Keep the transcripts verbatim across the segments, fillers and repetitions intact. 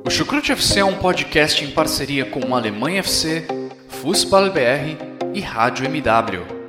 O Chucrute F C é um podcast em parceria com Alemanha F C, Fußball B R e Rádio M W.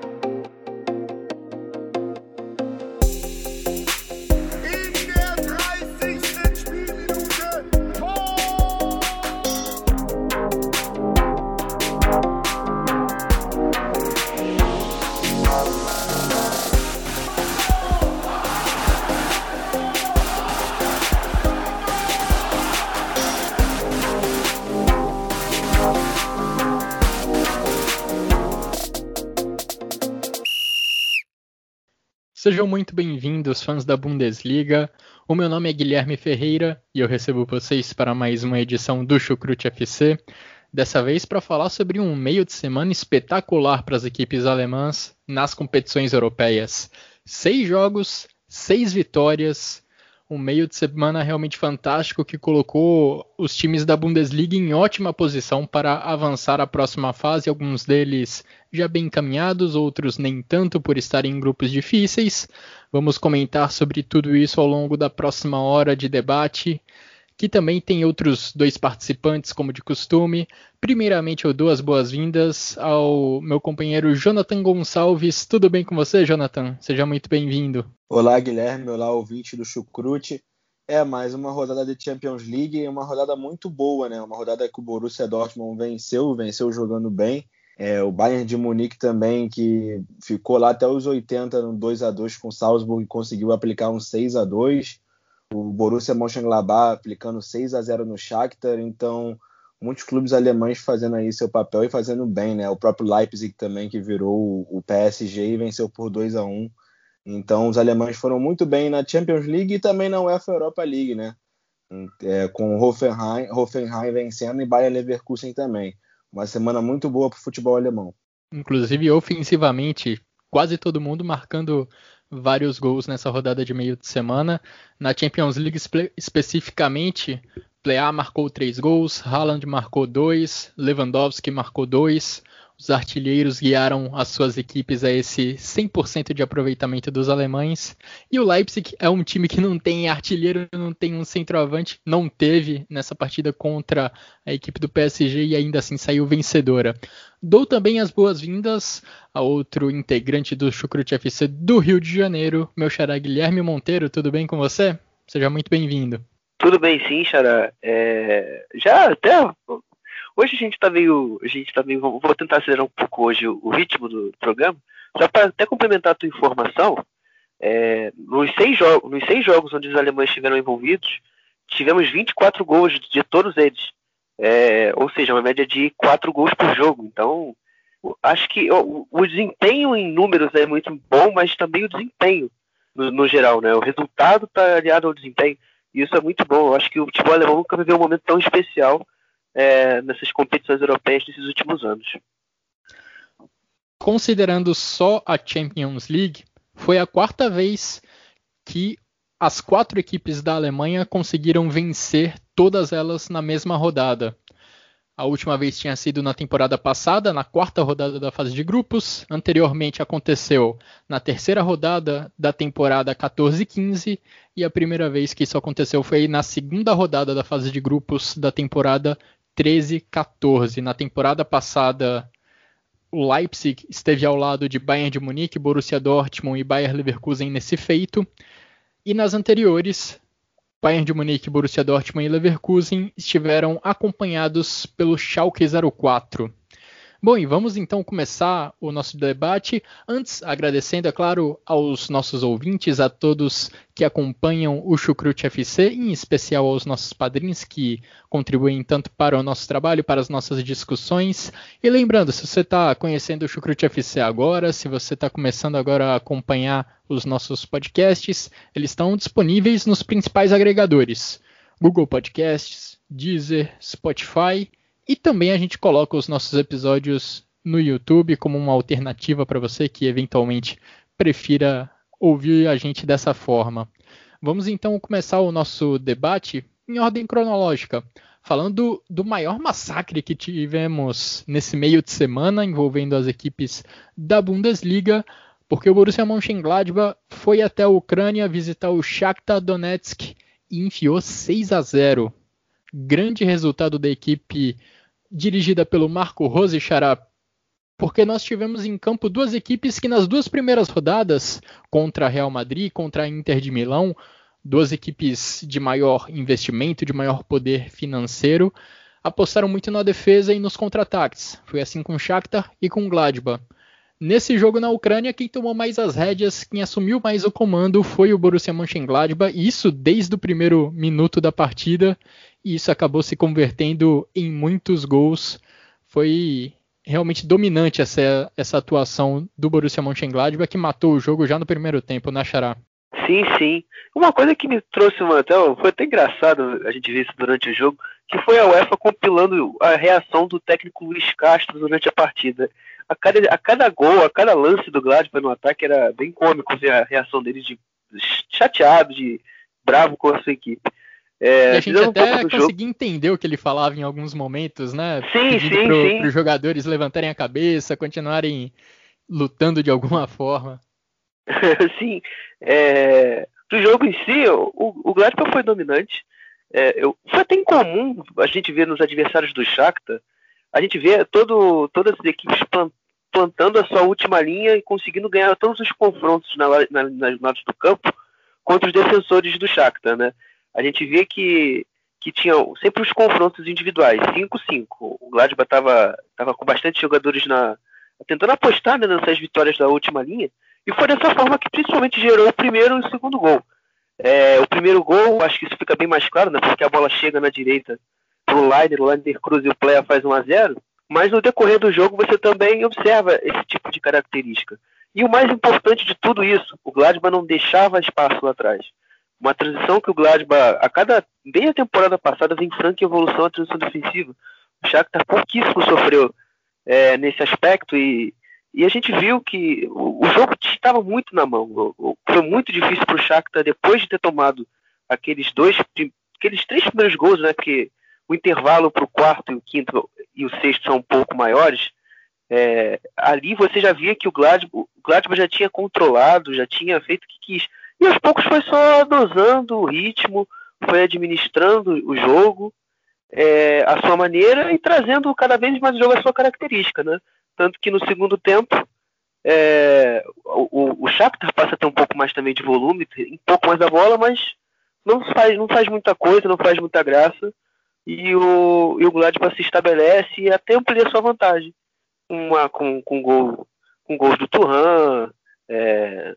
Sejam muito bem-vindos, fãs da Bundesliga. O meu nome é Guilherme Ferreira e eu recebo vocês para mais uma edição do Chucrute F C. Dessa vez para falar sobre um meio de semana espetacular para as equipes alemãs nas competições europeias. Seis jogos, seis vitórias, um meio de semana realmente fantástico que colocou os times da Bundesliga em ótima posição para avançar à próxima fase, alguns deles já bem encaminhados, outros nem tanto por estarem em grupos difíceis. Vamos comentar sobre tudo isso ao longo da próxima hora de debate, que também tem outros dois participantes, como de costume. Primeiramente, eu dou as boas-vindas ao meu companheiro Jonathan Gonçalves. Tudo bem com você, Jonathan? Seja muito bem-vindo. Olá, Guilherme. Olá, ouvinte do Chucrute. É mais uma rodada de Champions League e uma rodada muito boa, né? Uma rodada que o Borussia Dortmund venceu, venceu jogando bem. É, o Bayern de Munique também, que ficou lá até os oitenta no dois a dois com o Salzburg e conseguiu aplicar um seis a dois. O Borussia Mönchengladbach aplicando seis a zero no Shakhtar. Então, muitos clubes alemães fazendo aí seu papel e fazendo bem, né? O próprio Leipzig também, que virou o P S G e venceu por dois a um. Então, os alemães foram muito bem na Champions League e também na UEFA Europa League, né? É, com o Hoffenheim, Hoffenheim vencendo e Bayer Leverkusen também. Uma semana muito boa para o futebol alemão. Inclusive, ofensivamente, quase todo mundo marcando vários gols nessa rodada de meio de semana. Na Champions League espe- especificamente, Plea marcou três gols, Haaland marcou dois, Lewandowski marcou dois. Os artilheiros guiaram as suas equipes a esse cem por cento de aproveitamento dos alemães. E o Leipzig é um time que não tem artilheiro, não tem um centroavante, não teve nessa partida contra a equipe do P S G e ainda assim saiu vencedora. Dou também as boas-vindas a outro integrante do Chucrute F C do Rio de Janeiro, meu xará Guilherme Monteiro. Tudo bem com você? Seja muito bem-vindo. Tudo bem sim, xará. É... Já até... Hoje a gente tá meio, a gente tá meio, vou tentar acelerar um pouco hoje o ritmo do programa, só para até complementar a tua informação. É, nos, seis jo- nos seis jogos onde os alemães estiveram envolvidos, tivemos vinte e quatro gols de todos eles, é, ou seja, uma média de quatro gols por jogo. Então, acho que o, o desempenho em números é muito bom, mas também o desempenho no, no geral, né? O resultado está aliado ao desempenho, e isso é muito bom. Eu acho que o futebol alemão nunca viveu um momento tão especial É, nessas competições europeias nesses últimos anos. Considerando só a Champions League, foi a quarta vez que as quatro equipes da Alemanha conseguiram vencer todas elas na mesma rodada. A última vez tinha sido na temporada passada, na quarta rodada da fase de grupos. Anteriormente aconteceu na terceira rodada da temporada catorze quinze. E a primeira vez que isso aconteceu foi na segunda rodada da fase de grupos da temporada treze catorze. Na temporada passada, o Leipzig esteve ao lado de Bayern de Munique, Borussia Dortmund e Bayer Leverkusen nesse feito. E nas anteriores, Bayern de Munique, Borussia Dortmund e Leverkusen estiveram acompanhados pelo Schalke zero quatro. Bom, e vamos então começar o nosso debate. Antes, agradecendo, é claro, aos nossos ouvintes, a todos que acompanham o Chucrute F C, em especial aos nossos padrinhos que contribuem tanto para o nosso trabalho, para as nossas discussões. E lembrando, se você está conhecendo o Chucrute F C agora, se você está começando agora a acompanhar os nossos podcasts, eles estão disponíveis nos principais agregadores: Google Podcasts, Deezer, Spotify. E também a gente coloca os nossos episódios no YouTube como uma alternativa para você que eventualmente prefira ouvir a gente dessa forma. Vamos então começar o nosso debate em ordem cronológica, falando do maior massacre que tivemos nesse meio de semana envolvendo as equipes da Bundesliga, porque o Borussia Mönchengladbach foi até a Ucrânia visitar o Shakhtar Donetsk e enfiou seis a zero. grande resultado da equipe dirigida pelo Marco Rose, Xará, porque nós tivemos em campo duas equipes que nas duas primeiras rodadas, contra Real Madrid, contra a Inter de Milão, duas equipes de maior investimento, de maior poder financeiro, apostaram muito na defesa e nos contra-ataques. Foi assim com o Shakhtar e com o Gladbach. Nesse jogo na Ucrânia, quem tomou mais as rédeas, quem assumiu mais o comando foi o Borussia Mönchengladbach, e isso desde o primeiro minuto da partida, e isso acabou se convertendo em muitos gols. Foi realmente dominante essa, essa atuação do Borussia Mönchengladbach, que matou o jogo já no primeiro tempo, né, Xará? Sim, sim. Uma coisa que me trouxe uma até, foi até engraçado a gente ver isso durante o jogo, que foi a UEFA compilando a reação do técnico Luiz Castro durante a partida. A cada, a cada gol, a cada lance do Gladbach no ataque era bem cômico ver a reação dele de chateado, de bravo com a sua equipe. É, e a gente até um conseguia entender o que ele falava em alguns momentos, né? Sim, Pedindo sim, pro, sim. Para os jogadores levantarem a cabeça, continuarem lutando de alguma forma. Sim, é, do jogo em si, o, o Gladbach foi dominante. É, eu, foi até incomum a gente ver nos adversários do Shakhtar, a gente vê todo, todas as equipes plantando a sua última linha e conseguindo ganhar todos os confrontos na, na, nas lados do campo contra os defensores do Shakhtar, né? A gente vê que, que tinha sempre os confrontos individuais, cinco a cinco. O Gladbach estava tava com bastante jogadores na, tentando apostar, né, nessas vitórias da última linha. E foi dessa forma que principalmente gerou o primeiro e o segundo gol. É, o primeiro gol, acho que isso fica bem mais claro, né, porque a bola chega na direita pro Leiner, o Leiner cruza e o Plea faz um a zero. Mas no decorrer do jogo você também observa esse tipo de característica. E o mais importante de tudo isso, o Gladbach não deixava espaço lá atrás. Uma transição que o Gladbach, a cada, desde a temporada passada, vem franca evolução a transição defensiva. O Shakhtar pouquíssimo sofreu é, nesse aspecto e E a gente viu que o jogo estava muito na mão. Foi muito difícil para o Shakhtar, depois de ter tomado aqueles dois, aqueles três primeiros gols, né? Porque o intervalo para o quarto e o quinto e o sexto são um pouco maiores. É, ali você já via que o Gladbach, o Gladbach já tinha controlado, já tinha feito o que quis. E aos poucos foi só dosando o ritmo, foi administrando o jogo é, à sua maneira e trazendo cada vez mais o jogo à sua característica, né? Tanto que no segundo tempo é, o, o Shakhtar passa a ter um pouco mais também de volume, um pouco mais da bola, mas não faz, não faz muita coisa, não faz muita graça. E o, e o Gladbach se estabelece e até amplia a sua vantagem. Uma, com, com, gol, com gols do Thuram é,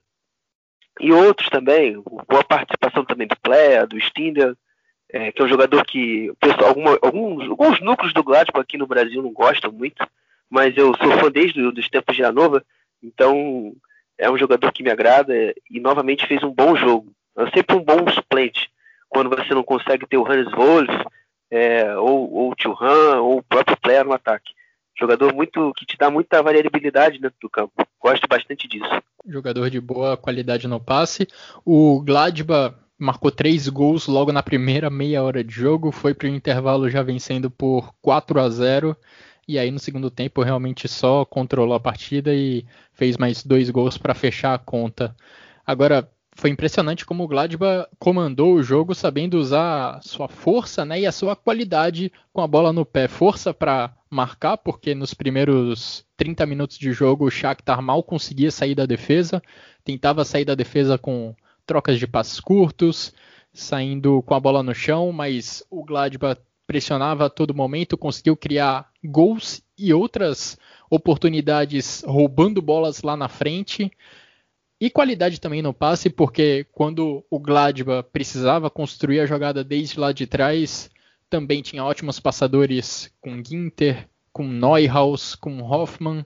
e outros também. Boa participação também do Plea, do Stindl, é, que é um jogador que o pessoal, alguma, alguns, alguns núcleos do Gladbach aqui no Brasil não gostam muito. Mas eu sou fã desde os tempos de Hannover, então é um jogador que me agrada e novamente fez um bom jogo. É sempre um bom suplente, quando você não consegue ter o Hannes Wolf, é, ou, ou o Thuram, ou o próprio Plea no ataque. Jogador muito, que te dá muita variabilidade dentro do campo. Gosto bastante disso. Jogador de boa qualidade no passe. O Gladbach marcou três gols logo na primeira meia hora de jogo, foi para o intervalo já vencendo por quatro a zero. E aí no segundo tempo realmente só controlou a partida e fez mais dois gols para fechar a conta. Agora, foi impressionante como o Gladbach comandou o jogo sabendo usar sua força, né, e a sua qualidade com a bola no pé. Força para marcar, porque nos primeiros trinta minutos de jogo o Shakhtar mal conseguia sair da defesa. Tentava sair da defesa com trocas de passes curtos, saindo com a bola no chão, mas o Gladbach pressionava a todo momento, conseguiu criar gols e outras oportunidades roubando bolas lá na frente. E qualidade também no passe, porque quando o Gladbach precisava construir a jogada desde lá de trás, também tinha ótimos passadores com Ginter, com Neuhaus, com Hoffmann.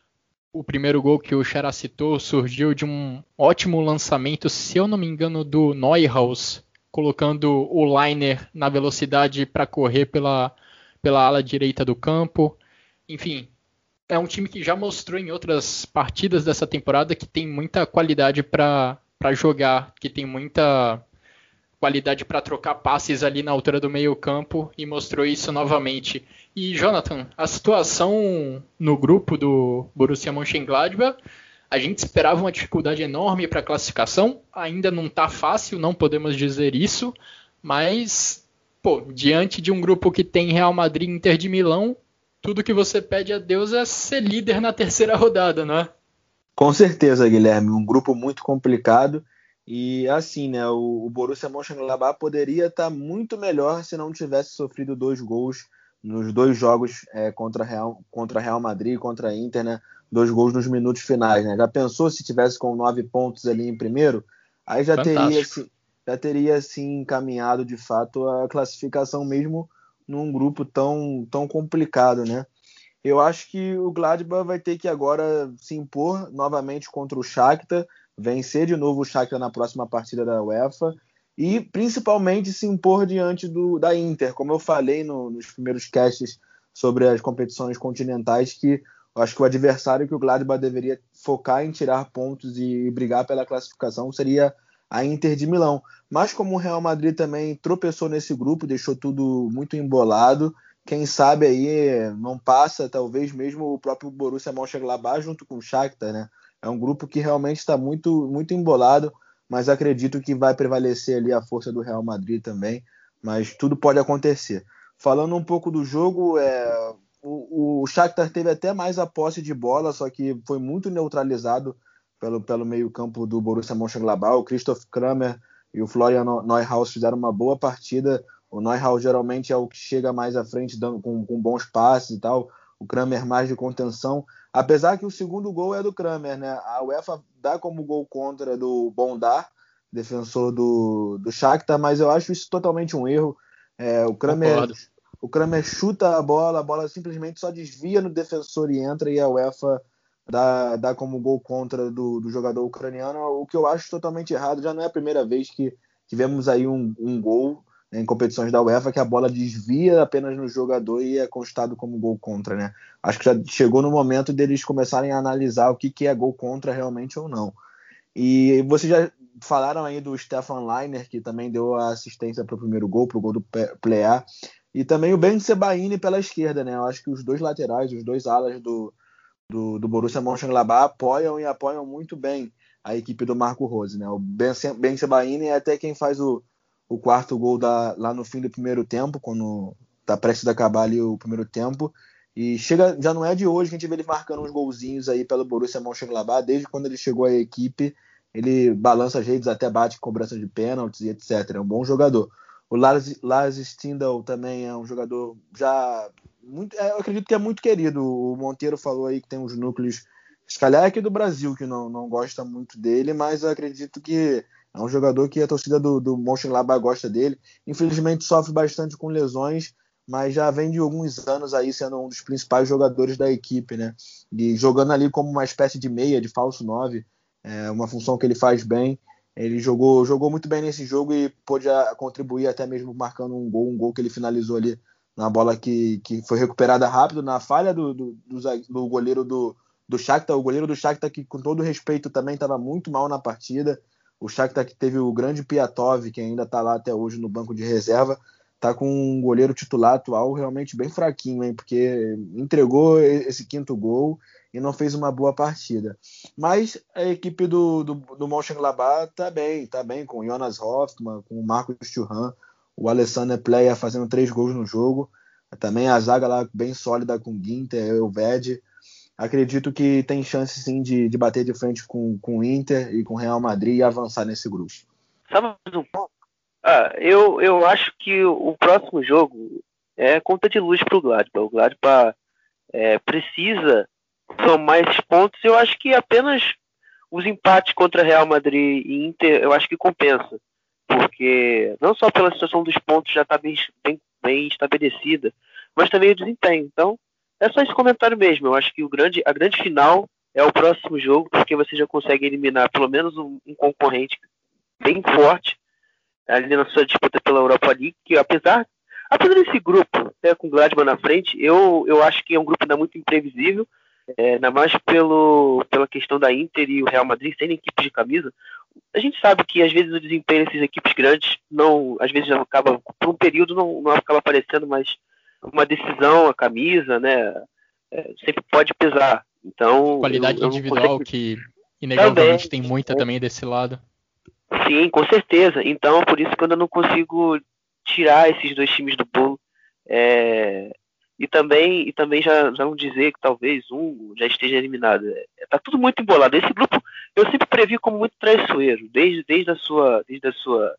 O primeiro gol que o Xará citou surgiu de um ótimo lançamento, se eu não me engano, do Neuhaus, colocando o Leiner na velocidade para correr pela, pela ala direita do campo. Enfim, é um time que já mostrou em outras partidas dessa temporada que tem muita qualidade para jogar, que tem muita qualidade para trocar passes ali na altura do meio campo, e mostrou isso novamente. E, Jonathan, a situação no grupo do Borussia Mönchengladbach, a gente esperava uma dificuldade enorme para a classificação, ainda não está fácil, não podemos dizer isso, mas pô, diante de um grupo que tem Real Madrid e Inter de Milão, tudo que você pede a Deus é ser líder na terceira rodada, não é? Com certeza, Guilherme, um grupo muito complicado e assim, né, o, o Borussia Mönchengladbach poderia estar muito melhor se não tivesse sofrido dois gols nos dois jogos é, contra Real, contra Real Madrid e contra a Inter, né, dois gols nos minutos finais, né? Já pensou se tivesse com nove pontos ali em primeiro? Aí já Fantástico. teria, assim, já teria assim encaminhado de fato a classificação mesmo num grupo tão, tão complicado, né? Eu acho que o Gladbach vai ter que agora se impor novamente contra o Shakhtar, vencer de novo o Shakhtar na próxima partida da UEFA e principalmente se impor diante do, da Inter. Como eu falei no, nos primeiros casts sobre as competições continentais, que eu acho que o adversário que o Gladbach deveria focar em tirar pontos e, e brigar pela classificação seria a Inter de Milão. Mas como o Real Madrid também tropeçou nesse grupo, deixou tudo muito embolado, quem sabe aí não passa, talvez mesmo o próprio Borussia Mönchengladbach junto com o Shakhtar, né? É um grupo que realmente está muito, muito embolado, mas acredito que vai prevalecer ali a força do Real Madrid também, mas tudo pode acontecer. Falando um pouco do jogo, é, o, o Shakhtar teve até mais a posse de bola, só que foi muito neutralizado pelo, pelo meio-campo do Borussia Mönchengladbach. O Christoph Kramer e o Florian Neuhaus fizeram uma boa partida. O Neuhaus geralmente é o que chega mais à frente dando, com, com bons passes e tal. O Kramer mais de contenção. Apesar que o segundo gol é do Kramer, né? A UEFA dá como gol contra do Bondar, defensor do, do Shakhtar, mas eu acho isso totalmente um erro. É, o, Kramer, o Kramer chuta a bola, a bola simplesmente só desvia no defensor e entra, e a UEFA dá, dá como gol contra do, do jogador ucraniano, o que eu acho totalmente errado. Já não é a primeira vez que tivemos aí um, um gol em competições da UEFA que a bola desvia apenas no jogador e é constado como gol contra, né? Acho que já chegou no momento deles começarem a analisar o que, que é gol contra realmente ou não. E vocês já falaram aí do Stefan Leiner, que também deu a assistência para o primeiro gol, para o gol do Plea, e também o Ben Sebaini pela esquerda, né? Eu acho que os dois laterais, os dois alas do, do, do Borussia Mönchengladbach apoiam e apoiam muito bem a equipe do Marco Rose, né? O Ben, Ben Sebaini é até quem faz o o quarto gol da, lá no fim do primeiro tempo, quando tá prestes a acabar ali o primeiro tempo, e chega, já não é de hoje que a gente vê ele marcando uns golzinhos aí pelo Borussia Mönchengladbach. Desde quando ele chegou à equipe, ele balança as redes, até bate cobrança de pênaltis e etcétera. É um bom jogador. O Lars, Lars Stindl também é um jogador já muito, eu acredito que é muito querido. O Monteiro falou aí que tem uns núcleos, se calhar aqui do Brasil, que não, não gosta muito dele, mas eu acredito que é um jogador que a torcida do, do Mönchengladbach gosta dele. Infelizmente sofre bastante com lesões, mas já vem de alguns anos aí sendo um dos principais jogadores da equipe, né? E jogando ali como uma espécie de meia, de falso nove, é uma função que ele faz bem. Ele jogou, jogou muito bem nesse jogo e pôde contribuir até mesmo marcando um gol, um gol que ele finalizou ali na bola que, que foi recuperada rápido, na falha do, do, do, do goleiro do, do Shakhtar. O goleiro do Shakhtar, que com todo respeito também estava muito mal na partida. O Shakhtar, que teve o grande Piatov, que ainda está lá até hoje no banco de reserva, está com um goleiro titular atual realmente bem fraquinho, hein? Porque entregou esse quinto gol e não fez uma boa partida. Mas a equipe do, do, do Mönchengladbach está bem, tá bem, com o Jonas Hoffmann, com o Marcos Thuram, o Alessandro Plea fazendo três gols no jogo. Também a zaga lá bem sólida com o Ginter, o Ved. Acredito que tem chance sim de, de bater de frente com, com o Inter e com o Real Madrid e avançar nesse grupo. Sabe um ponto? Ah, eu, eu acho que o próximo jogo é conta de luz para o Gladbach. O Gladbach é, precisa somar esses pontos. Eu acho que apenas os empates contra Real Madrid e Inter, eu acho que compensa. Porque não só pela situação dos pontos já está bem, bem, bem estabelecida, mas também o desempenho. Então, é só esse comentário mesmo. Eu acho que o grande, a grande final é o próximo jogo, porque você já consegue eliminar pelo menos um, um concorrente bem forte ali na sua disputa pela Europa League, que apesar, apesar desse grupo, né, com o Gladbach na frente, eu, eu acho que é um grupo ainda muito imprevisível, é, ainda mais pelo, pela questão da Inter e o Real Madrid sendo equipes de camisa. A gente sabe que às vezes o desempenho dessas equipes grandes, não, às vezes acaba, por um período não, não acaba aparecendo, mas uma decisão, a camisa, né, é, sempre pode pesar. Então, qualidade eu, eu individual consigo... que inegavelmente também, tem muita é. também desse lado. Sim, com certeza. Então, por isso que eu ainda não consigo tirar esses dois times do bolo. É, e, também, e também já, já vão dizer que talvez um já esteja eliminado. É, tá tudo muito embolado. Esse grupo eu sempre previ como muito traiçoeiro, desde, desde a sua... Desde a sua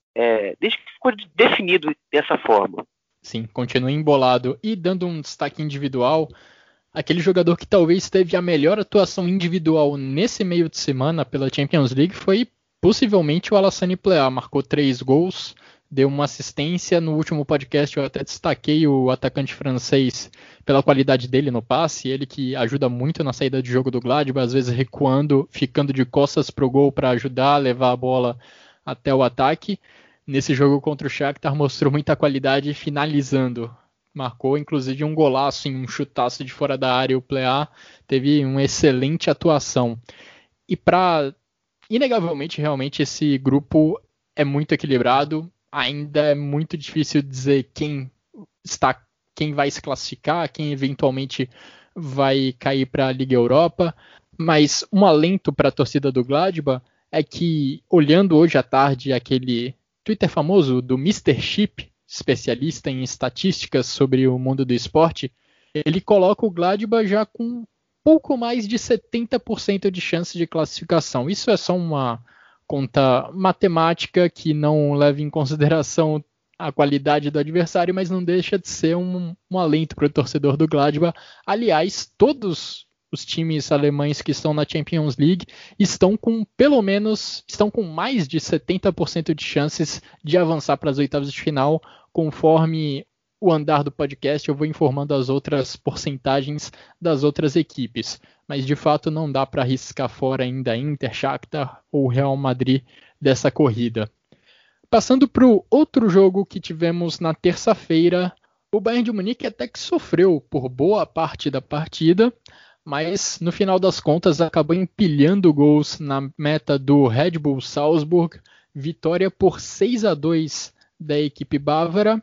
é, desde que ficou definido dessa forma. Sim, continua embolado. E dando um destaque individual, aquele jogador que talvez teve a melhor atuação individual nesse meio de semana pela Champions League foi possivelmente o Alassane Plea. Marcou três gols, deu uma assistência. No último podcast eu até destaquei o atacante francês pela qualidade dele no passe, ele que ajuda muito na saída de jogo do Gladbach, às vezes recuando, ficando de costas pro gol para ajudar a levar a bola até o ataque. Nesse jogo contra o Shakhtar mostrou muita qualidade finalizando. Marcou inclusive um golaço em um chutaço de fora da área. O Plea teve uma excelente atuação. E para, inegavelmente, realmente esse grupo é muito equilibrado. Ainda é muito difícil dizer quem está, quem vai se classificar, quem eventualmente vai cair para a Liga Europa. Mas um alento para a torcida do Gladbach é que, olhando hoje à tarde aquele Twitter famoso do mister Chip, especialista em estatísticas sobre o mundo do esporte, ele coloca o Gladbach já com pouco mais de setenta por cento de chance de classificação. Isso é só uma conta matemática que não leva em consideração a qualidade do adversário, mas não deixa de ser um, um alento para o torcedor do Gladbach. Aliás, todos os times alemães que estão na Champions League estão com pelo menos, estão com mais de setenta por cento de chances de avançar para as oitavas de final. Conforme o andar do podcast, eu vou informando as outras porcentagens das outras equipes. Mas de fato não dá para arriscar fora ainda Inter, Shakhtar ou Real Madrid dessa corrida. Passando para o outro jogo que tivemos na terça-feira, o Bayern de Munique até que sofreu por boa parte da partida, mas no final das contas acabou empilhando gols na meta do Red Bull Salzburg, vitória por seis a dois da equipe bávara.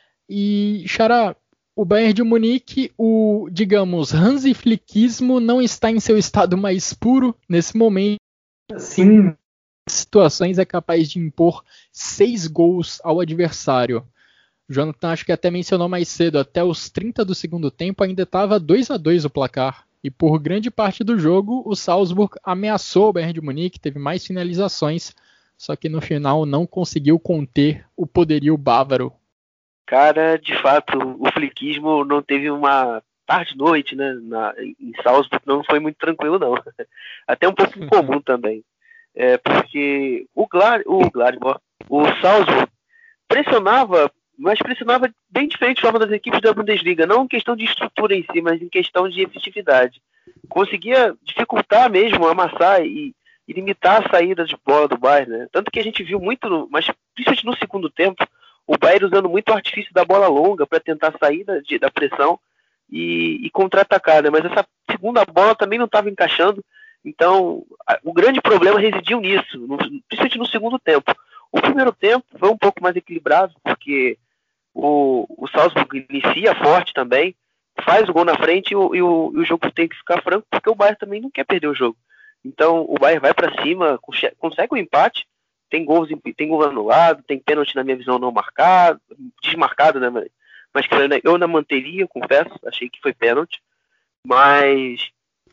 E, Xará, o Bayern de Munique, o, digamos, Hansi Flickismo não está em seu estado mais puro nesse momento. Sim, situações é capaz de impor seis gols ao adversário. O Jonathan acho que até mencionou mais cedo, até os trinta do segundo tempo ainda estava dois a dois o placar. E por grande parte do jogo, o Salzburg ameaçou o Bayern de Munique, teve mais finalizações, só que no final não conseguiu conter o poderio bávaro. Cara, de fato, o fliquismo não teve uma tarde-noite, né? Na, em Salzburg não foi muito tranquilo, não. Até um pouco incomum também. É, porque o, Glad, o Gladbach, o Salzburg, pressionava, mas pressionava bem diferente de forma das equipes da Bundesliga, não em questão de estrutura em si, mas em questão de efetividade. Conseguia dificultar mesmo, amassar e, e limitar a saída de bola do Bayern, né? Tanto que a gente viu muito, no, mas principalmente no segundo tempo, o Bayern usando muito o artifício da bola longa para tentar sair da, de, da pressão e, e contra-atacar, né? Mas essa segunda bola também não estava encaixando, então a, o grande problema residiu nisso, no, principalmente no segundo tempo. O primeiro tempo foi um pouco mais equilibrado, porque o, o Salzburg inicia forte também, faz o gol na frente e o, e, o, e o jogo tem que ficar franco, porque o Bayern também não quer perder o jogo. Então o Bayern vai para cima, consegue o um empate, tem gols, tem gol anulado, tem pênalti na minha visão não marcado, desmarcado, né? Mas que eu não manteria, confesso, achei que foi pênalti, mas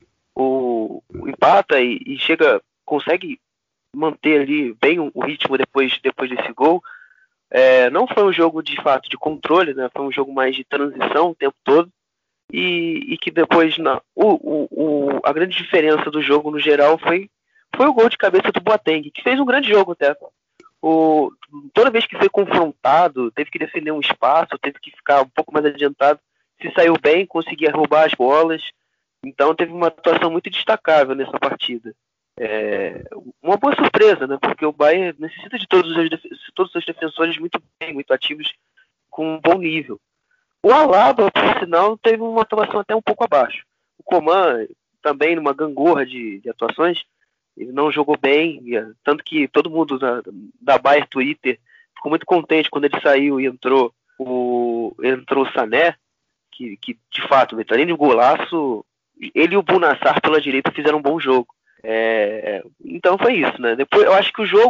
o, o empata e, e chega, consegue manter ali bem o, o ritmo depois, depois desse gol. É, não foi um jogo de fato de controle, né? Foi um jogo mais de transição o tempo todo. E, e que depois na, o, o, o, a grande diferença do jogo no geral foi, foi o gol de cabeça do Boateng, que fez um grande jogo até. O, toda vez que foi confrontado, teve que defender um espaço, teve que ficar um pouco mais adiantado, se saiu bem, conseguia roubar as bolas. Então teve uma atuação muito destacável nessa partida. É, uma boa surpresa, né? Porque o Bayern necessita de todos os, todos os seus defensores muito bem, muito ativos, com um bom nível. O Alaba, por sinal, teve uma atuação até um pouco abaixo. O Coman, também numa gangorra de, de atuações, ele não jogou bem, tanto que todo mundo da, da Bayern Twitter ficou muito contente quando ele saiu e entrou o, entrou o Sané, que, que de fato, além de um golaço, ele e o Bunassar pela direita fizeram um bom jogo. É, então foi isso, né? Depois eu acho que o jogo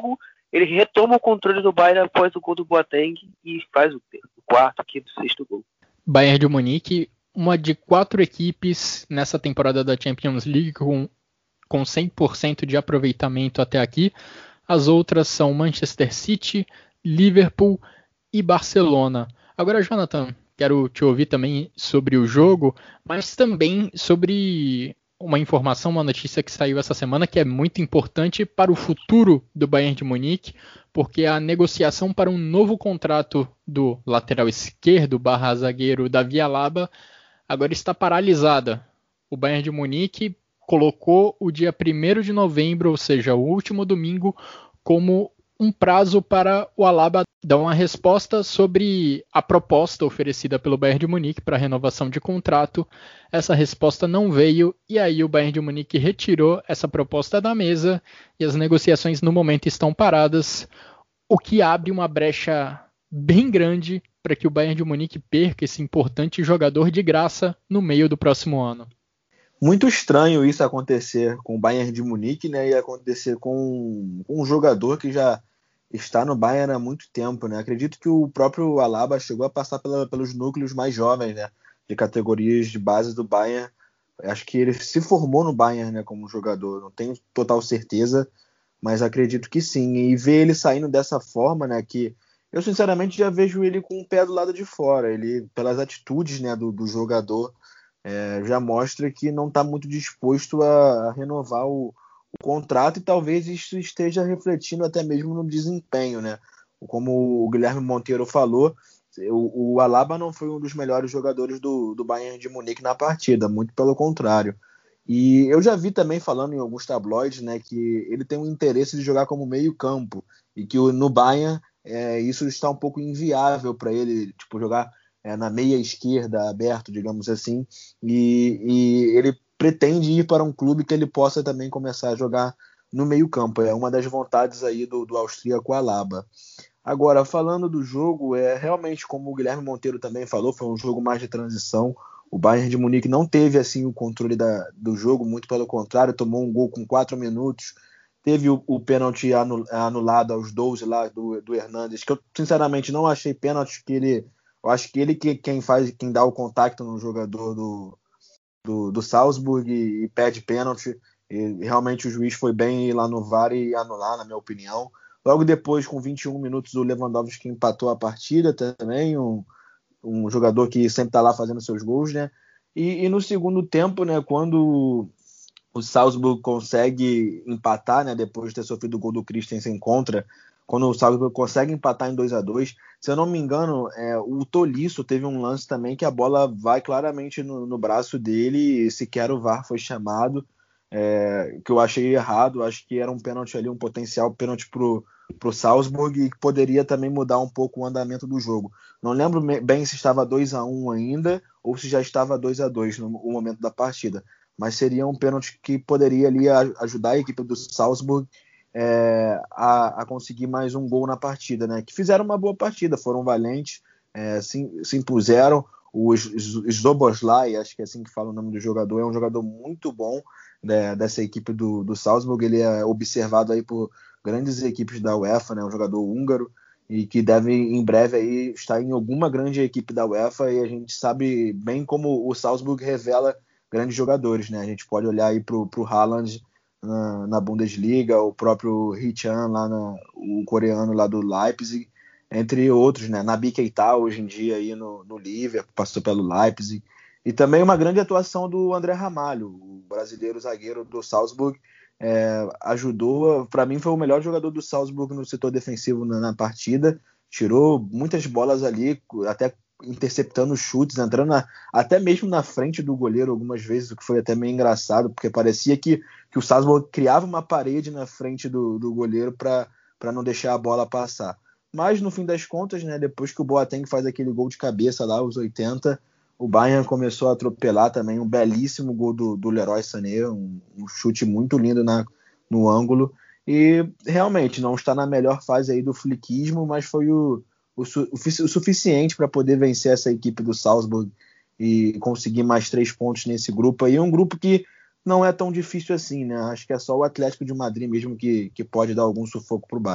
ele retoma o controle do Bayern após o gol do Boateng e faz o, o quarto, quinto, sexto gol. Bayern de Munique, uma de quatro equipes nessa temporada da Champions League com, com cem por cento de aproveitamento até aqui. As outras são Manchester City, Liverpool e Barcelona. Agora, Jonathan, quero te ouvir também sobre o jogo, mas também sobre uma informação, uma notícia que saiu essa semana que é muito importante para o futuro do Bayern de Munique, porque a negociação para um novo contrato do lateral esquerdo barra zagueiro Davi Alaba agora está paralisada. O Bayern de Munique colocou o dia primeiro de novembro, ou seja, o último domingo, como um prazo para o Alaba dar uma resposta sobre a proposta oferecida pelo Bayern de Munique para a renovação de contrato. Essa resposta não veio e aí o Bayern de Munique retirou essa proposta da mesa e as negociações no momento estão paradas, o que abre uma brecha bem grande para que o Bayern de Munique perca esse importante jogador de graça no meio do próximo ano. Muito estranho isso acontecer com o Bayern de Munique, né, e acontecer com, com um jogador que já está no Bayern há muito tempo, né? Acredito que o próprio Alaba chegou a passar pela, pelos núcleos mais jovens, né, de categorias de base do Bayern. Acho que ele se formou no Bayern, né, como jogador. Não tenho total certeza, mas acredito que sim. E ver ele saindo dessa forma, né, que eu sinceramente já vejo ele com o pé do lado de fora. Ele, pelas atitudes, né, do, do jogador, É, já mostra que não está muito disposto a, a renovar o, o contrato e talvez isso esteja refletindo até mesmo no desempenho, né? Como o Guilherme Monteiro falou, o, o Alaba não foi um dos melhores jogadores do, do Bayern de Munique na partida, muito pelo contrário. E eu já vi também falando em alguns tabloides, né, que ele tem um interesse de jogar como meio campo e que no Bayern é, isso está um pouco inviável para ele, tipo, jogar É, na meia esquerda, aberto, digamos assim, e, e ele pretende ir para um clube que ele possa também começar a jogar no meio campo. É uma das vontades aí do, do austríaco Alaba. Agora, falando do jogo, é realmente, como o Guilherme Monteiro também falou, foi um jogo mais de transição. O Bayern de Munique não teve assim o controle da, do jogo, muito pelo contrário, tomou um gol com quatro minutos, teve o, o pênalti anulado aos doze lá do, do Hernandes, que eu sinceramente não achei pênalti, que ele Eu acho que ele que quem faz, quem dá o contato no jogador do, do, do Salzburg e, e pede pênalti. E realmente o juiz foi bem ir lá no V A R e anular, na minha opinião. Logo depois, com vinte e um minutos, o Lewandowski empatou a partida também, um, um jogador que sempre está lá fazendo seus gols, né? E, e no segundo tempo, né, quando o Salzburg consegue empatar, né, depois de ter sofrido o gol do Christensen contra, quando o Salzburg consegue empatar em dois a dois, se eu não me engano, é, o Tolisso teve um lance também que a bola vai claramente no, no braço dele e sequer o V A R foi chamado, é, que eu achei errado. Acho que era um pênalti ali, um potencial pênalti pro, pro Salzburg e que poderia também mudar um pouco o andamento do jogo. Não lembro bem se estava dois a um ainda ou se já estava dois a dois no, no momento da partida, mas seria um pênalti que poderia ali ajudar a equipe do Salzburg É, a, a conseguir mais um gol na partida, né? Que fizeram uma boa partida, foram valentes, é, se, se impuseram. O Szoboszlai, acho que é assim que fala o nome do jogador, é um jogador muito bom, né, dessa equipe do, do Salzburg. Ele é observado aí por grandes equipes da UEFA, né? Um jogador húngaro e que deve em breve aí estar em alguma grande equipe da UEFA, e a gente sabe bem como o Salzburg revela grandes jogadores, né? A gente pode olhar aí pro, pro Haaland Na, na Bundesliga, o próprio Hee-chan lá, na, o coreano lá do Leipzig, entre outros, né? Naby Keita hoje em dia aí no, no Liverpool, passou pelo Leipzig, e também uma grande atuação do André Ramalho, o brasileiro zagueiro do Salzburg, é, ajudou, para mim foi o melhor jogador do Salzburg no setor defensivo na, na partida, tirou muitas bolas ali, até interceptando chutes, entrando na, até mesmo na frente do goleiro algumas vezes, o que foi até meio engraçado, porque parecia que, que o Salzburg criava uma parede na frente do, do goleiro para não deixar a bola passar. Mas no fim das contas, né, depois que o Boateng faz aquele gol de cabeça lá aos oitenta, o Bayern começou a atropelar também, um belíssimo gol do, do Leroy Sané, um, um chute muito lindo na, no ângulo, e realmente não está na melhor fase aí do fliquismo, mas foi o O, su- o suficiente para poder vencer essa equipe do Salzburg e conseguir mais três pontos nesse grupo aí, um grupo que não é tão difícil assim, né? Acho que é só o Atlético de Madrid mesmo que, que pode dar algum sufoco para o Bayern.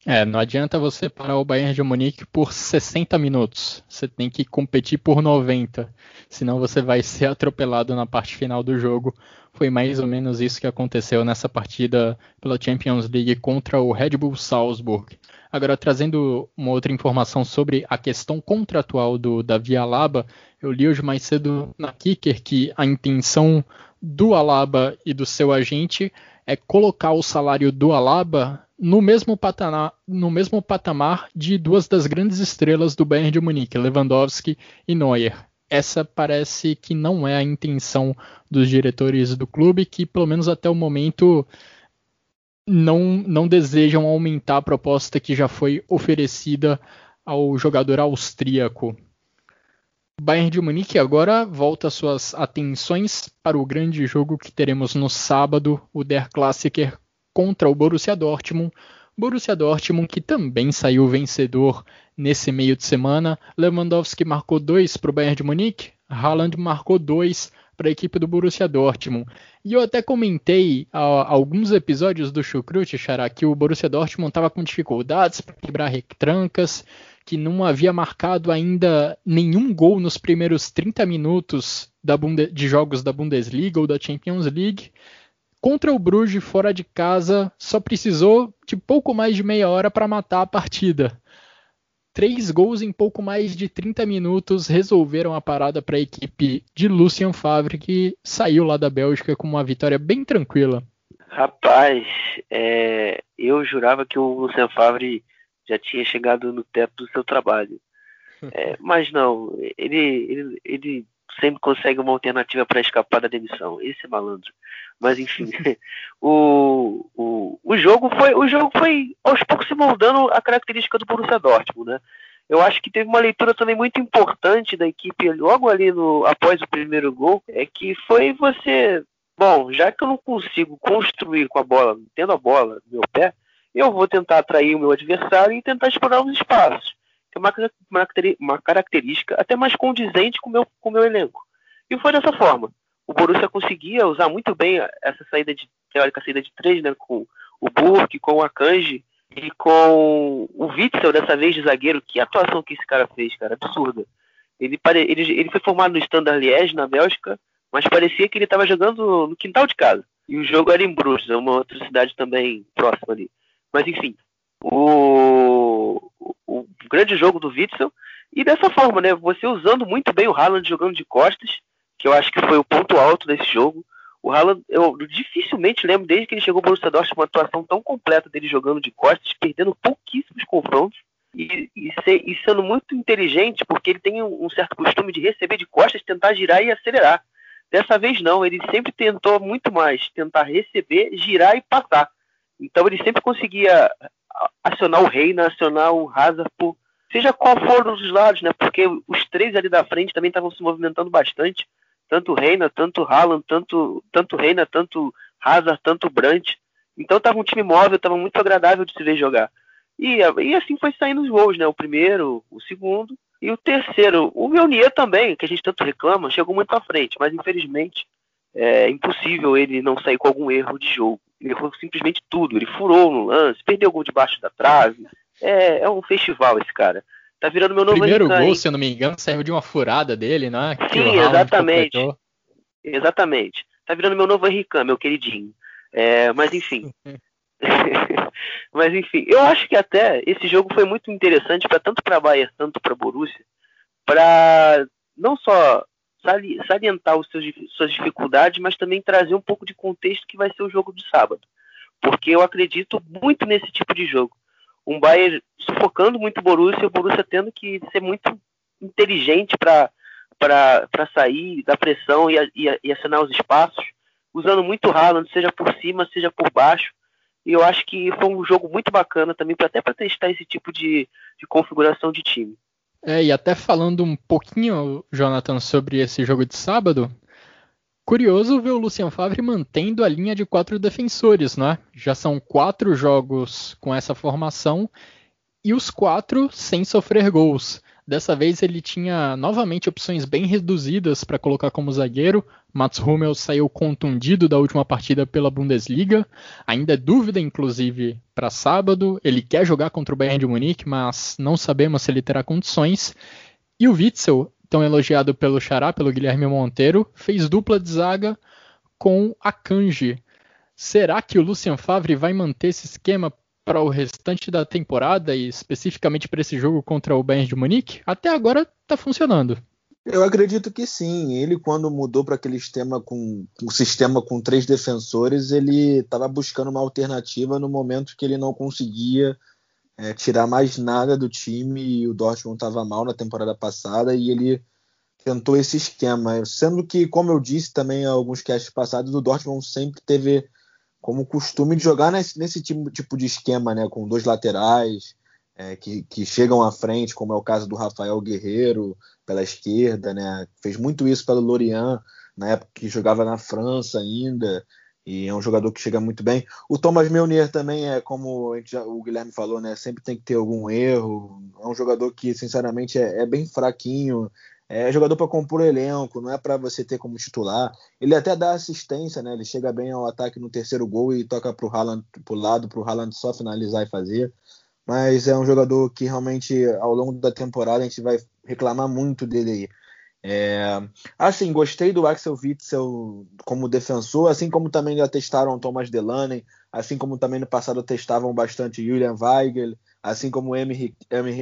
É, não adianta você parar o Bayern de Munique por sessenta minutos. Você tem que competir por noventa. Senão você vai ser atropelado na parte final do jogo. Foi mais ou menos isso que aconteceu nessa partida pela Champions League contra o Red Bull Salzburg. Agora, trazendo uma outra informação sobre a questão contratual do Davi Alaba, eu li hoje mais cedo na Kicker que a intenção do Alaba e do seu agente é colocar o salário do Alaba no mesmo patamar, no mesmo patamar de duas das grandes estrelas do Bayern de Munique, Lewandowski e Neuer. Essa parece que não é a intenção dos diretores do clube, que pelo menos até o momento não, não desejam aumentar a proposta que já foi oferecida ao jogador austríaco. O Bayern de Munique agora volta suas atenções para o grande jogo que teremos no sábado, o Der Klassiker contra o Borussia Dortmund. Borussia Dortmund que também saiu vencedor nesse meio de semana. Lewandowski marcou dois para o Bayern de Munique, Haaland marcou dois para a equipe do Borussia Dortmund. E eu até comentei há alguns episódios do Chucrute, Xará, que o Borussia Dortmund estava com dificuldades para quebrar retrancas, que não havia marcado ainda nenhum gol nos primeiros trinta minutos da Bunde- de jogos da Bundesliga ou da Champions League. Contra o Bruges, fora de casa, só precisou de pouco mais de meia hora para matar a partida. Três gols em pouco mais de trinta minutos resolveram a parada para a equipe de Lucien Favre, que saiu lá da Bélgica com uma vitória bem tranquila. Rapaz, é, eu jurava que o Lucien Favre já tinha chegado no teto do seu trabalho. É, mas não, ele, ele, ele sempre consegue uma alternativa para escapar da demissão. Esse é malandro. Mas enfim, o, o, o, jogo foi, o jogo foi aos poucos se moldando a característica do Borussia Dortmund, né? Eu acho que teve uma leitura também muito importante da equipe logo ali no, após o primeiro gol, é que foi você, bom, já que eu não consigo construir com a bola, tendo a bola no meu pé, eu vou tentar atrair o meu adversário e tentar explorar os espaços. Que é uma, uma, uma característica até mais condizente com o meu, com o meu elenco. E foi dessa forma. O Borussia conseguia usar muito bem essa saída de teórica saída de três, né, com o Burke, com o Akanji e com o Witzel, dessa vez de zagueiro. Que atuação que esse cara fez, cara, absurda. Ele, pare... ele, ele foi formado no Standard Liège, na Bélgica, mas parecia que ele estava jogando no quintal de casa. E o jogo era em Bruges, uma outra cidade também próxima ali. Mas enfim, o, o, o grande jogo do Witzel. E dessa forma, né, você usando muito bem o Haaland jogando de costas, que eu acho que foi o ponto alto desse jogo. O Haaland, eu dificilmente lembro, desde que ele chegou ao Borussia Dortmund, uma atuação tão completa dele jogando de costas, perdendo pouquíssimos confrontos e, e, ser, e sendo muito inteligente, porque ele tem um, um certo costume de receber de costas, tentar girar e acelerar. Dessa vez não, ele sempre tentou muito mais tentar receber, girar e passar. Então ele sempre conseguia acionar o Reina, acionar o Hazard, por, seja qual for dos lados, né? Porque os três ali da frente também estavam se movimentando bastante. Tanto Reina, tanto Haaland, tanto, tanto Reina, tanto Hazard, tanto Brandt. Então estava um time móvel, estava muito agradável de se ver jogar. E, e assim foi saindo os gols, né? O primeiro, o segundo e o terceiro. O Meunier também, que a gente tanto reclama, chegou muito à frente, mas infelizmente é impossível ele não sair com algum erro de jogo. Ele errou simplesmente tudo. Ele furou no lance, perdeu o gol debaixo da trave. É, é um festival esse cara. Tá virando meu novo primeiro Henrique, gol, hein? se eu não me engano, saiu de uma furada dele, não é? Que Sim, exatamente. Exatamente. Tá virando meu novo Henrique, meu queridinho. É, mas enfim. Mas enfim, eu acho que até esse jogo foi muito interessante para tanto para Bayern, tanto para Borussia, para não só sali- salientar os seus, suas dificuldades, mas também trazer um pouco de contexto que vai ser o jogo do sábado. Porque eu acredito muito nesse tipo de jogo. Um Bayern sufocando muito o Borussia, e o Borussia tendo que ser muito inteligente para sair da pressão e, e, e acionar os espaços, usando muito o Haaland, seja por cima, seja por baixo. E eu acho que foi um jogo muito bacana também, pra, até para testar esse tipo de, de configuração de time. É, e até falando um pouquinho, Jonathan, sobre esse jogo de sábado, curioso ver o Lucien Favre mantendo a linha de quatro defensores, né? Já são quatro jogos com essa formação e os quatro sem sofrer gols. Dessa vez ele tinha novamente opções bem reduzidas para colocar como zagueiro. Mats Hummels saiu contundido da última partida pela Bundesliga. Ainda é dúvida, inclusive, para sábado. Ele quer jogar contra o Bayern de Munique, mas não sabemos se ele terá condições. E o Witsel, tão elogiado pelo Xará, pelo Guilherme Monteiro, fez dupla de zaga com a Akanji. Será que o Lucien Favre vai manter esse esquema para o restante da temporada e especificamente para esse jogo contra o Bayern de Munique? Até agora está funcionando. Eu acredito que sim. Ele, quando mudou para aquele sistema com um sistema com três defensores, ele estava buscando uma alternativa no momento que ele não conseguia é, tirar mais nada do time e o Dortmund estava mal na temporada passada e ele tentou esse esquema. Sendo que, como eu disse também em alguns casts passados, o Dortmund sempre teve como costume de jogar nesse, nesse tipo, tipo de esquema, né, com dois laterais é, que, que chegam à frente, como é o caso do Rafael Guerreiro pela esquerda, né, fez muito isso pelo Lorient, na época que jogava na França ainda, e é um jogador que chega muito bem. O Thomas Meunier também é, como a gente já, o Guilherme falou, né, sempre tem que ter algum erro, é um jogador que, sinceramente, é, é bem fraquinho, é jogador para compor o elenco, não é para você ter como titular. Ele até dá assistência, né? Ele chega bem ao ataque no terceiro gol e toca para o Haaland, pro lado, para o Haaland só finalizar e fazer. Mas é um jogador que realmente, ao longo da temporada, a gente vai reclamar muito dele aí. É... Assim, gostei do Axel Witsel como defensor, assim como também já testaram o Thomas Delaney, assim como também no passado testavam bastante Julian Weigl, assim como o Emre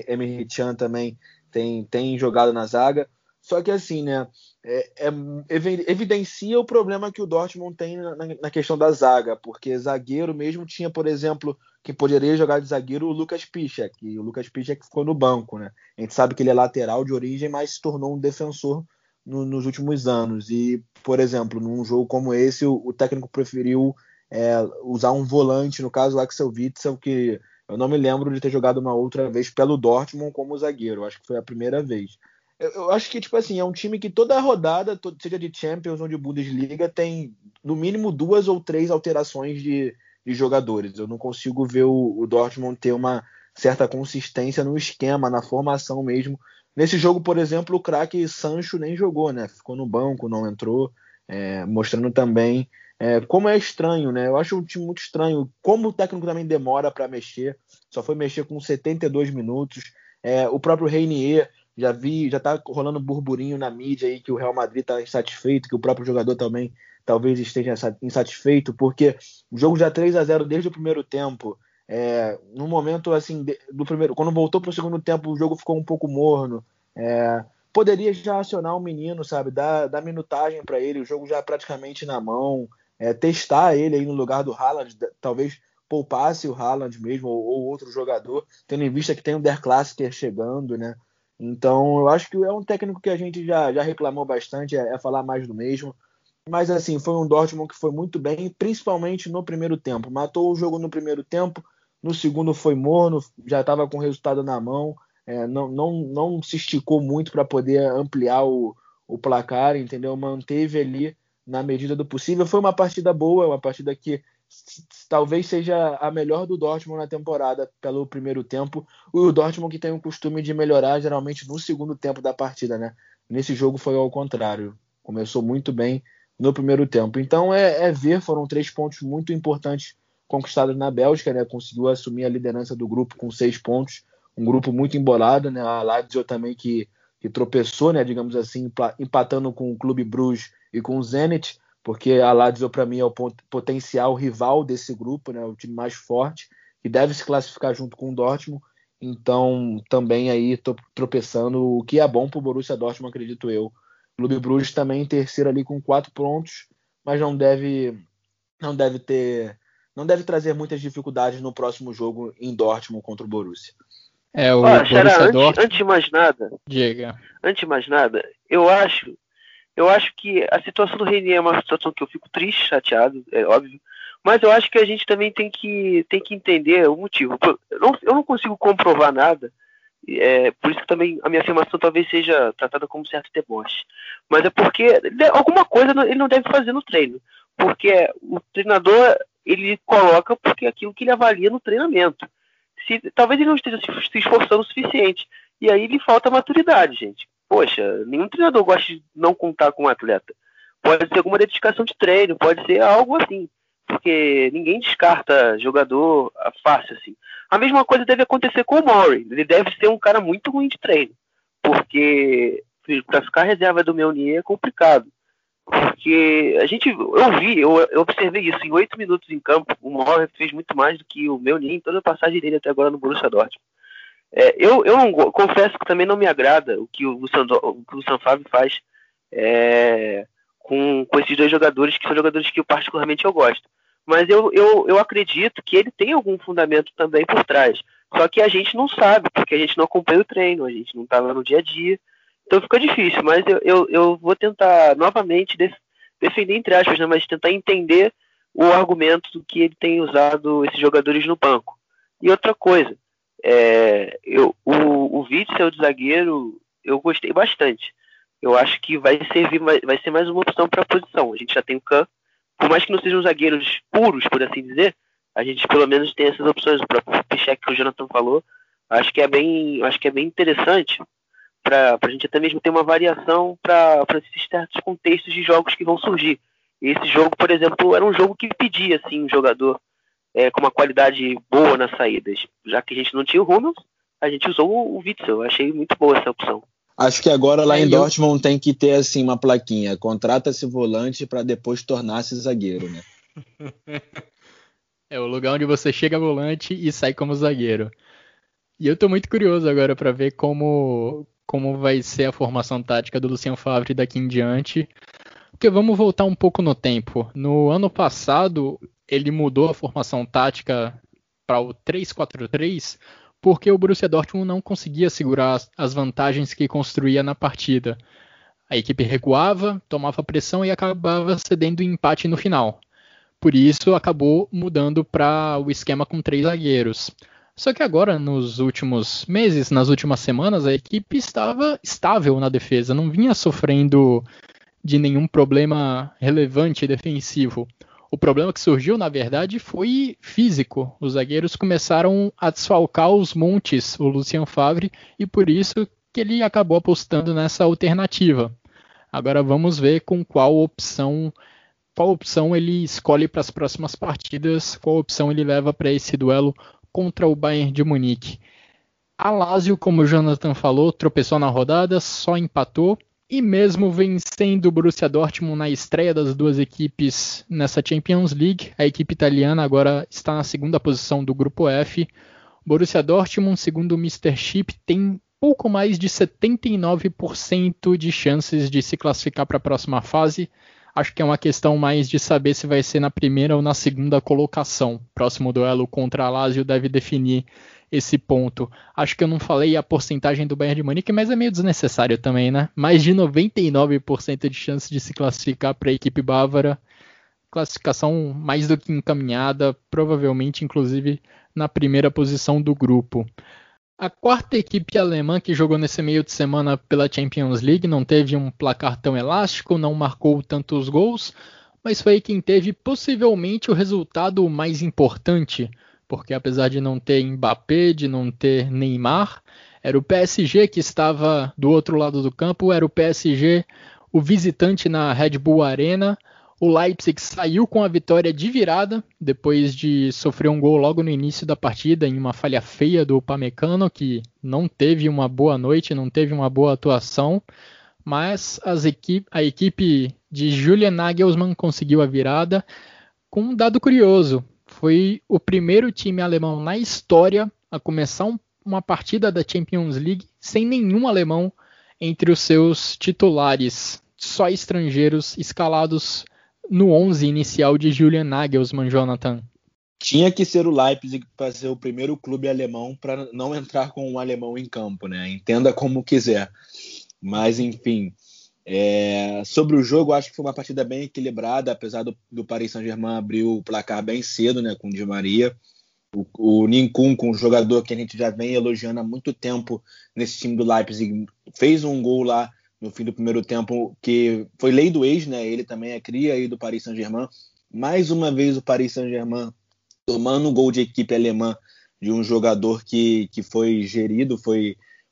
Can também tem, tem jogado na zaga. Só que assim, né, é, é, evidencia o problema que o Dortmund tem na, na questão da zaga, porque zagueiro mesmo tinha, por exemplo, que poderia jogar de zagueiro o Lucas Piszczek, e o Lucas Piszczek ficou no banco, né? A gente sabe que ele é lateral de origem, mas se tornou um defensor no, nos últimos anos. E, por exemplo, num jogo como esse, o, o técnico preferiu é, usar um volante, no caso o Axel Witsel, que eu não me lembro de ter jogado uma outra vez pelo Dortmund como zagueiro, acho que foi a primeira vez. Eu acho que, tipo assim, é um time que toda rodada, seja de Champions ou de Bundesliga, tem no mínimo duas ou três alterações de, de jogadores. Eu não consigo ver o, o Dortmund ter uma certa consistência no esquema, na formação mesmo. Nesse jogo, por exemplo, o craque Sancho nem jogou, né? Ficou no banco, não entrou, é, mostrando também é, como é estranho, né? Eu acho um time muito estranho. Como o técnico também demora para mexer, só foi mexer com setenta e dois minutos. É, o próprio Reinier, já vi, já tá rolando burburinho na mídia aí que o Real Madrid tá insatisfeito, que o próprio jogador também talvez esteja insatisfeito, porque o jogo já três a zero desde o primeiro tempo, é, no momento assim, do primeiro, quando voltou pro segundo tempo o jogo ficou um pouco morno, é, poderia já acionar o menino, sabe, dar, dar minutagem para ele, o jogo já praticamente na mão, é, testar ele aí no lugar do Haaland, talvez poupasse o Haaland mesmo, ou, ou outro jogador, tendo em vista que tem o Der Klassiker chegando, né? Então, eu acho que é um técnico que a gente já, já reclamou bastante, é, é falar mais do mesmo. Mas, assim, foi um Dortmund que foi muito bem, principalmente no primeiro tempo. Matou o jogo no primeiro tempo, no segundo foi morno, já estava com o resultado na mão, é, não, não, não se esticou muito para poder ampliar o, o placar, entendeu? Manteve ali na medida do possível. Foi uma partida boa, uma partida que talvez seja a melhor do Dortmund na temporada pelo primeiro tempo. O Dortmund que tem o costume de melhorar geralmente no segundo tempo da partida, né? Nesse jogo foi ao contrário. Começou muito bem no primeiro tempo. Então é, é ver, foram três pontos muito importantes conquistados na Bélgica, né? Conseguiu assumir a liderança do grupo com seis pontos. Um grupo muito embolado, né? A Lazio também que, que tropeçou, né? Digamos assim, empatando com o Clube Bruges e com o Zenit, porque a Lazio para mim é o potencial rival desse grupo, né, o time mais forte, que deve se classificar junto com o Dortmund, então também aí tô tropeçando, o que é bom para o Borussia Dortmund, acredito eu. O Clube Bruges também em terceiro ali com quatro pontos, mas não deve, não deve ter, não deve trazer muitas dificuldades no próximo jogo em Dortmund contra o Borussia. É, o Ó, Borussia Xará, antes, Dortmund... antes de mais nada, Diga. antes de mais nada, eu acho Eu acho que a situação do Reinier é uma situação que eu fico triste, chateado, é óbvio. Mas eu acho que a gente também tem que, tem que entender o motivo. Eu não, eu não consigo comprovar nada, é, por isso que também a minha afirmação talvez seja tratada como certo deboche. Mas é porque alguma coisa ele não deve fazer no treino. Porque o treinador, ele coloca porque é aquilo que ele avalia no treinamento. Se, talvez ele não esteja se esforçando o suficiente. E aí lhe falta maturidade, gente. Poxa, nenhum treinador gosta de não contar com um atleta. Pode ser alguma dedicação de treino, pode ser algo assim. Porque ninguém descarta jogador fácil assim. A mesma coisa deve acontecer com o Murray. Ele deve ser um cara muito ruim de treino. Porque para ficar reserva do Meunier é complicado. Porque a gente, eu vi, eu, eu observei isso, em oito minutos em campo, o Murray fez muito mais do que o Meunier em toda a passagem dele até agora no Borussia Dortmund. É, eu eu não, confesso que também não me agrada o que o Lucien Favre faz é, com, com esses dois jogadores, que são jogadores que eu particularmente eu gosto. Mas eu, eu, eu acredito que ele tem algum fundamento também por trás. Só que a gente não sabe, porque a gente não acompanha o treino, a gente não está lá no dia a dia. Então fica difícil, mas eu, eu, eu vou tentar novamente def, defender, entre aspas, né, mas tentar entender o argumento do que ele tem usado esses jogadores no banco. E outra coisa, é, eu, o, o Witsel de zagueiro eu gostei bastante. Eu acho que vai servir, vai ser mais uma opção para a posição. A gente já tem o Kahn, por mais que não sejam zagueiros puros, por assim dizer, a gente pelo menos tem essas opções. O próprio Piszczek que o Jonathan falou, acho que é bem, acho que é bem interessante para a gente até mesmo ter uma variação para esses certos contextos de jogos que vão surgir. E esse jogo, por exemplo, era um jogo que pedia assim, um jogador é, com uma qualidade boa nas saídas. Já que a gente não tinha o Hummels, a gente usou o Witsel. Eu achei muito boa essa opção. Acho que agora lá é, em eu... Dortmund tem que ter assim uma plaquinha: contrata-se volante para depois tornar-se zagueiro, né? É o lugar onde você chega volante e sai como zagueiro. E eu tô muito curioso agora para ver como, como vai ser a formação tática do Lucien Favre daqui em diante. Porque vamos voltar um pouco no tempo. No ano passado, ele mudou a formação tática para o três quatro três porque o Borussia Dortmund não conseguia segurar as vantagens que construía na partida. A equipe recuava, tomava pressão e acabava cedendo empate no final. Por isso, acabou mudando para o esquema com três zagueiros. Só que agora, nos últimos meses, nas últimas semanas, a equipe estava estável na defesa, não vinha sofrendo de nenhum problema relevante defensivo. O problema que surgiu, na verdade, foi físico. Os zagueiros começaram a desfalcar os montes, o Lucien Favre, e por isso que ele acabou apostando nessa alternativa. Agora vamos ver com qual opção, qual opção ele escolhe para as próximas partidas, qual opção ele leva para esse duelo contra o Bayern de Munique. A Lazio, como o Jonathan falou, tropeçou na rodada, só empatou. E mesmo vencendo o Borussia Dortmund na estreia das duas equipes nessa Champions League, a equipe italiana agora está na segunda posição do grupo F. Borussia Dortmund, segundo o mister Chip, tem pouco mais de setenta e nove por cento de chances de se classificar para a próxima fase. Acho que é uma questão mais de saber se vai ser na primeira ou na segunda colocação. Próximo duelo contra a Lazio deve definir esse ponto. Acho que eu não falei a porcentagem do Bayern de Munique, mas é meio desnecessário também, né? Mais de noventa e nove por cento de chance de se classificar para a equipe bávara. Classificação mais do que encaminhada, provavelmente inclusive na primeira posição do grupo. A quarta equipe alemã que jogou nesse meio de semana pela Champions League não teve um placar tão elástico, não marcou tantos gols, mas foi quem teve possivelmente o resultado mais importante, porque apesar de não ter Mbappé, de não ter Neymar, era o P S G que estava do outro lado do campo, era o P S G, o visitante na Red Bull Arena. O Leipzig saiu com a vitória de virada, depois de sofrer um gol logo no início da partida, em uma falha feia do Upamecano, que não teve uma boa noite, não teve uma boa atuação, mas as equipe, a equipe de Julian Nagelsmann conseguiu a virada com um dado curioso. Foi o primeiro time alemão na história a começar um, uma partida da Champions League sem nenhum alemão entre os seus titulares, só estrangeiros escalados no onze inicial de Julian Nagelsmann, Jonathan. Tinha que ser o Leipzig para ser o primeiro clube alemão para não entrar com um alemão em campo, né? Entenda como quiser. Mas, enfim, é... sobre o jogo, acho que foi uma partida bem equilibrada, apesar do, do Paris Saint-Germain abrir o placar bem cedo, né, com o Di Maria. O, o Nkunku, um jogador que a gente já vem elogiando há muito tempo nesse time do Leipzig, fez um gol lá no fim do primeiro tempo, que foi lei do ex, né? Ele também é cria aí do Paris Saint-Germain. Mais uma vez o Paris Saint-Germain tomando um gol de equipe alemã de um jogador que, que foi gerido, foi,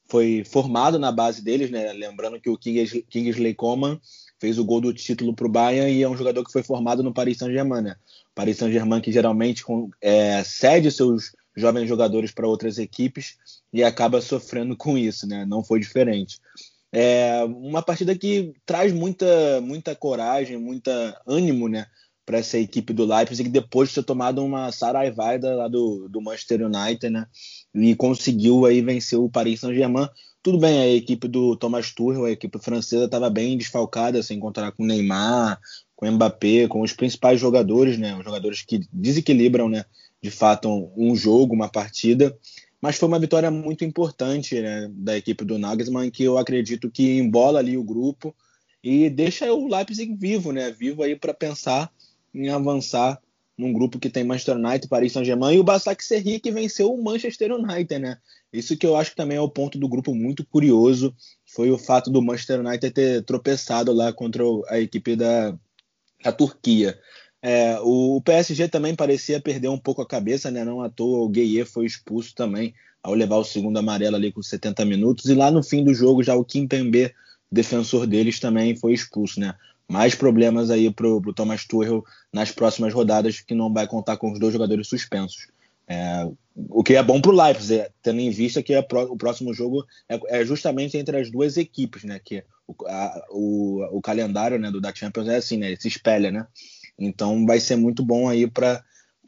foi formado na base deles, né? Lembrando que o Kings, Kingsley Coman fez o gol do título para o Bayern e é um jogador que foi formado no Paris Saint-Germain, né? Paris Saint-Germain que geralmente é, cede seus jovens jogadores para outras equipes e acaba sofrendo com isso, né? Não foi diferente. É uma partida que traz muita, muita coragem, muita ânimo, né, para essa equipe do Leipzig, depois de ter tomado uma saraivada lá do, do Manchester United, né, e conseguiu aí vencer o Paris Saint-Germain. Tudo bem, a equipe do Thomas Tuchel, a equipe francesa, estava bem desfalcada, sem encontrar com o Neymar, com o Mbappé, com os principais jogadores, né, os jogadores que desequilibram, né, de fato um jogo, uma partida. Mas foi uma vitória muito importante, né, da equipe do Nagelsmann, que eu acredito que embola ali o grupo e deixa o Leipzig vivo, né, vivo aí para pensar em avançar num grupo que tem Manchester United, Paris Saint-Germain e o Başakşehir, que venceu o Manchester United, né? Isso que eu acho que também é o ponto do grupo muito curioso, foi o fato do Manchester United ter tropeçado lá contra a equipe da, da Turquia. É, o P S G também parecia perder um pouco a cabeça, né? Não à toa o Gueye foi expulso também ao levar o segundo amarelo ali com setenta minutos, e lá no fim do jogo já o Kimpembe, defensor deles, também foi expulso, né? Mais problemas aí pro, pro Thomas Tuchel nas próximas rodadas, que não vai contar com os dois jogadores suspensos. É, o que é bom pro Leipzig, tendo em vista que a, o próximo jogo é, é justamente entre as duas equipes, né? Que o, a, o, o calendário, né, do da Champions é assim, né? Ele se espelha, né? Então vai ser muito bom aí para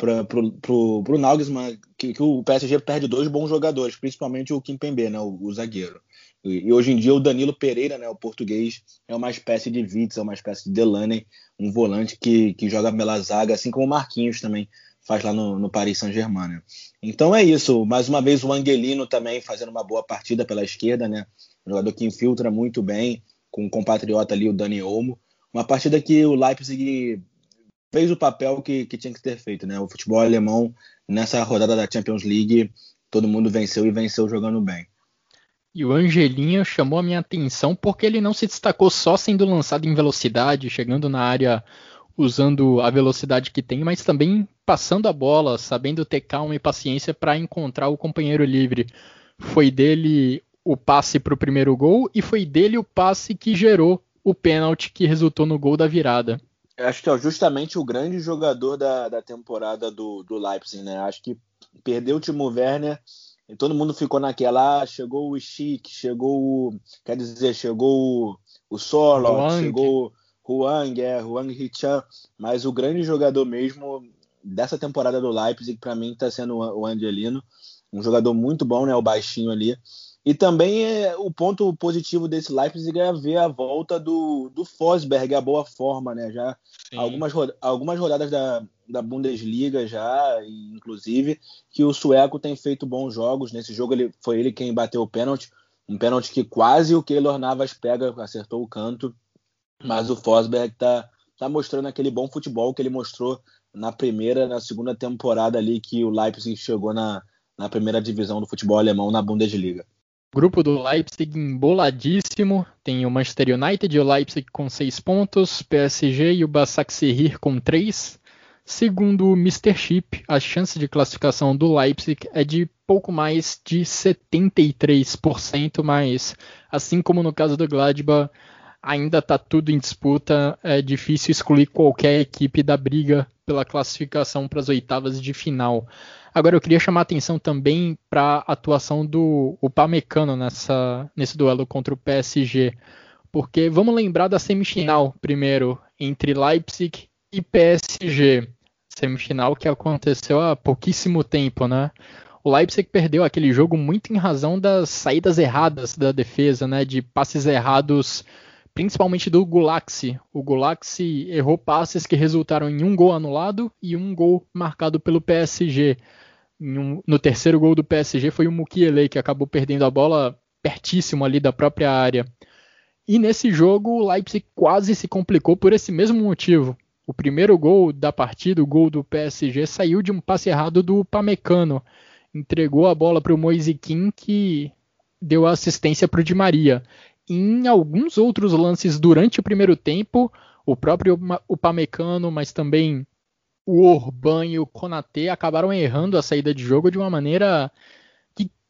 o Nagelsmann, que, que o P S G perde dois bons jogadores, principalmente o Kimpembe, né, o, o zagueiro. E, e hoje em dia o Danilo Pereira, né, o português, é uma espécie de Witzel, é uma espécie de Delaney, um volante que, que joga pela zaga, assim como o Marquinhos também faz lá no, no Paris Saint-Germain, né? Então é isso, mais uma vez o Angelino também fazendo uma boa partida pela esquerda, né? Um jogador que infiltra muito bem, com o compatriota ali, o Dani Olmo. Uma partida que o Leipzig fez o papel que, que tinha que ter feito, né? O futebol alemão, nessa rodada da Champions League, todo mundo venceu e venceu jogando bem. E o Angelinho chamou a minha atenção porque ele não se destacou só sendo lançado em velocidade, chegando na área usando a velocidade que tem, mas também passando a bola, sabendo ter calma e paciência para encontrar o companheiro livre. Foi dele o passe para o primeiro gol e foi dele o passe que gerou o pênalti que resultou no gol da virada. Acho que é justamente o grande jogador da, da temporada do, do Leipzig, né? Acho que perdeu o Timo Werner e todo mundo ficou naquela, ah, chegou o Schick, chegou o, quer dizer, chegou o, o Sorloth, chegou o Huang, é, Huang Hee-chan, mas o grande jogador mesmo dessa temporada do Leipzig, para mim, está sendo o Angelino, um jogador muito bom, né? O baixinho ali. E também é, o ponto positivo desse Leipzig é ver a volta do, do Forsberg, a boa forma, né? Já algumas, algumas rodadas da, da Bundesliga já, inclusive, que o sueco tem feito bons jogos. Nesse jogo ele, foi ele quem bateu o pênalti, um pênalti que quase o Keylor Navas pega, acertou o canto, mas o Forsberg tá, tá mostrando aquele bom futebol que ele mostrou na primeira, na segunda temporada ali que o Leipzig chegou na, na primeira divisão do futebol alemão na Bundesliga. Grupo do Leipzig emboladíssimo, tem o Manchester United e o Leipzig com seis pontos, P S G e o Başakşehir com três. Segundo o mister Chip, a chance de classificação do Leipzig é de pouco mais de setenta e três por cento, mas assim como no caso do Gladbach, ainda está tudo em disputa, é difícil excluir qualquer equipe da briga pela classificação para as oitavas de final. Agora eu queria chamar a atenção também para a atuação do Upamecano nessa, nesse duelo contra o P S G, porque vamos lembrar da semifinal primeiro, entre Leipzig e P S G, semifinal que aconteceu há pouquíssimo tempo, né? O Leipzig perdeu aquele jogo muito em razão das saídas erradas da defesa, né? De passes errados, principalmente do Gulaxi. O Gulaxi errou passes que resultaram em um gol anulado e um gol marcado pelo P S G. Um, no terceiro gol do P S G foi o Mukiele, que acabou perdendo a bola pertíssimo ali da própria área. E nesse jogo o Leipzig quase se complicou por esse mesmo motivo. O primeiro gol da partida, o gol do P S G, saiu de um passe errado do Upamecano. Entregou a bola para o Moise Kean, que deu a assistência para o Di Maria. Em alguns outros lances durante o primeiro tempo, o próprio Upamecano, mas também o Orban e o Konaté acabaram errando a saída de jogo de uma maneira que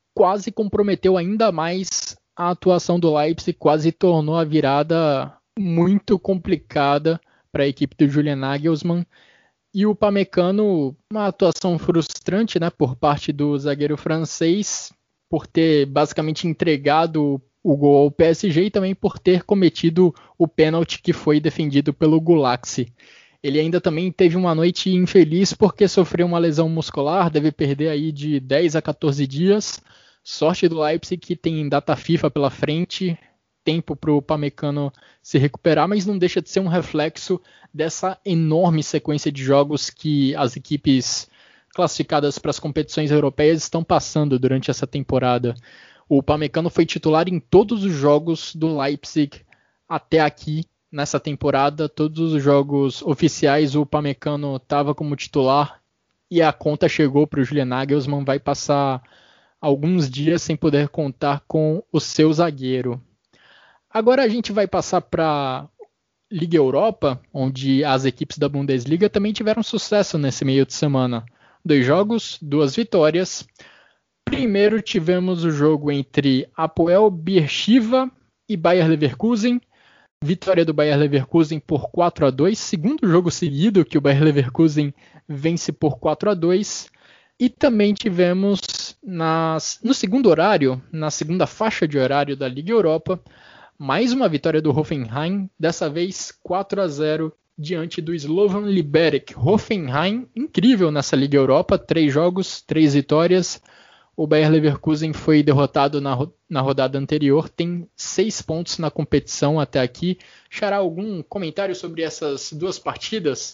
quase comprometeu ainda mais a atuação do Leipzig, quase tornou a virada muito complicada para a equipe do Julian Nagelsmann. E o Upamecano, uma atuação frustrante, né, por parte do zagueiro francês, por ter basicamente entregado o gol ao P S G e também por ter cometido o pênalti que foi defendido pelo Gulaxi. Ele ainda também teve uma noite infeliz porque sofreu uma lesão muscular, deve perder aí de dez a quatorze dias. Sorte do Leipzig que tem data FIFA pela frente, tempo para o Upamecano se recuperar, mas não deixa de ser um reflexo dessa enorme sequência de jogos que as equipes classificadas para as competições europeias estão passando durante essa temporada. O Upamecano foi titular em todos os jogos do Leipzig até aqui nessa temporada. Todos os jogos oficiais o Upamecano estava como titular e a conta chegou para o Julian Nagelsmann. Vai passar alguns dias sem poder contar com o seu zagueiro. Agora a gente vai passar para Liga Europa, onde as equipes da Bundesliga também tiveram sucesso nesse meio de semana. Dois jogos, duas vitórias. Primeiro tivemos o jogo entre Apoel Beersheva e Bayer Leverkusen. Vitória do Bayer Leverkusen por quatro a dois. Segundo jogo seguido que o Bayer Leverkusen vence por quatro a dois. E também tivemos nas, no segundo horário, na segunda faixa de horário da Liga Europa, mais uma vitória do Hoffenheim, dessa vez quatro a zero diante do Slovan Liberec. Hoffenheim incrível nessa Liga Europa, três jogos, três vitórias. O Bayer Leverkusen foi derrotado na, na rodada anterior, tem seis pontos na competição até aqui. Xará, algum comentário sobre essas duas partidas?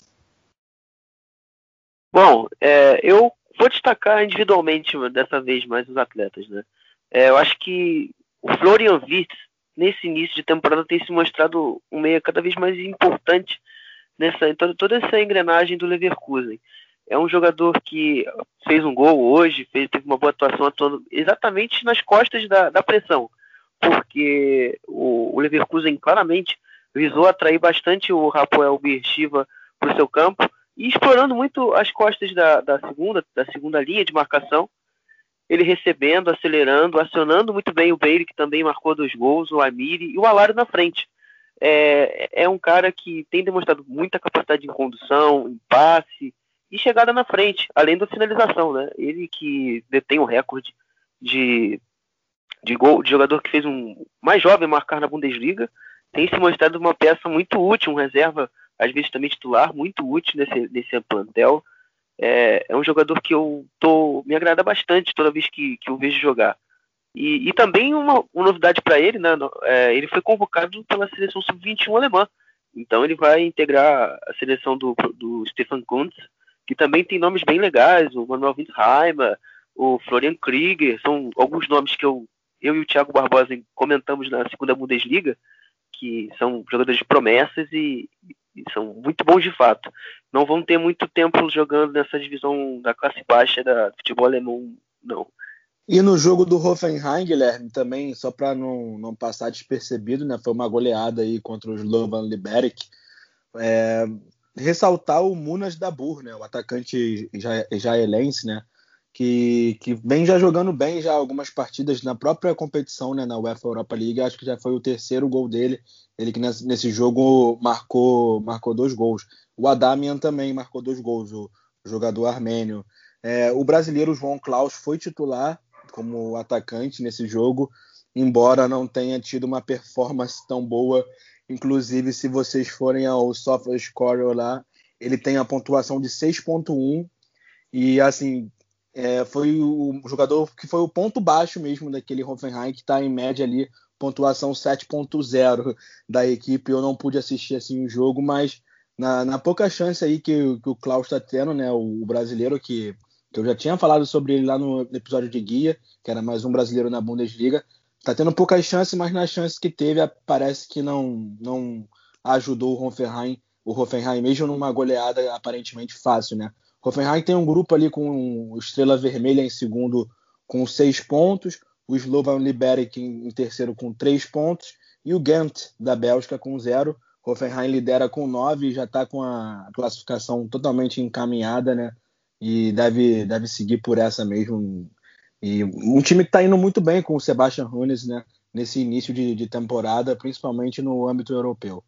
Bom, é, eu vou destacar individualmente dessa vez mais os atletas, né? É, eu acho que o Florian Wirtz, nesse início de temporada, tem se mostrado um meia cada vez mais importante nessa toda, toda essa engrenagem do Leverkusen. É um jogador que fez um gol hoje, fez, teve uma boa atuação atuando exatamente nas costas da, da pressão, porque o, o Leverkusen claramente visou atrair bastante o Hapoel Beersheva para o seu campo e explorando muito as costas da, da, segunda, da segunda linha de marcação, ele recebendo, acelerando, acionando muito bem o Bailey, que também marcou dois gols, o Amiri e o Alaro na frente. É, é um cara que tem demonstrado muita capacidade em condução, em passe e chegada na frente, além da finalização, né? Ele que detém o recorde de, de, gol, de jogador que fez um mais jovem marcar na Bundesliga, tem se mostrado uma peça muito útil, um reserva, às vezes também titular, muito útil nesse, nesse plantel. É, é um jogador que eu tô, me agrada bastante toda vez que, que eu vejo jogar. E, e também uma, uma novidade para ele, né? É, ele foi convocado pela seleção sub vinte e um alemã. Então ele vai integrar a seleção do, do Stefan Kuntz, que também tem nomes bem legais, o Manuel Winsheimer, o Florian Krieger, são alguns nomes que eu, eu e o Thiago Barbosa comentamos na segunda Bundesliga, que são jogadores de promessas e, e são muito bons de fato. Não vão ter muito tempo jogando nessa divisão da classe baixa da futebol alemão, não. E no jogo do Hoffenheim, Guilherme, também, só para não, não passar despercebido, né, foi uma goleada aí contra o Slovan Liberec. É, ressaltar o Munas Dabur, né, o atacante israelense, né, que, que vem já jogando bem já algumas partidas na própria competição, né, na UEFA Europa League. Acho que já foi o terceiro gol dele. Ele que nesse, nesse jogo marcou, marcou dois gols. O Adamian também marcou dois gols, o jogador armênio. É, o brasileiro João Klaus foi titular como atacante nesse jogo, embora não tenha tido uma performance tão boa. Inclusive, se vocês forem ao SofaScore lá, ele tem a pontuação de seis ponto um e assim, é, foi o jogador que foi o ponto baixo mesmo daquele Hoffenheim, que está em média ali, pontuação sete ponto zero da equipe. Eu não pude assistir assim o jogo, mas na, na pouca chance aí que, que o Klaus está tendo, né, o, o brasileiro que que eu já tinha falado sobre ele lá no episódio de guia, que era mais um brasileiro na Bundesliga, tá tendo poucas chances, mas nas chances que teve, parece que não, não ajudou o Hoffenheim, o Hoffenheim mesmo numa goleada aparentemente fácil, né? O Hoffenheim tem um grupo ali com o Estrela Vermelha em segundo com seis pontos, o Slovan Liberec em, em terceiro com três pontos, e o Ghent da Bélgica com zero. O Hoffenheim lidera com nove e já está com a classificação totalmente encaminhada, né? E deve, deve seguir por essa mesmo. E um time que está indo muito bem com o Sebastian Hoeneß, né, nesse início de, de temporada, principalmente no âmbito europeu.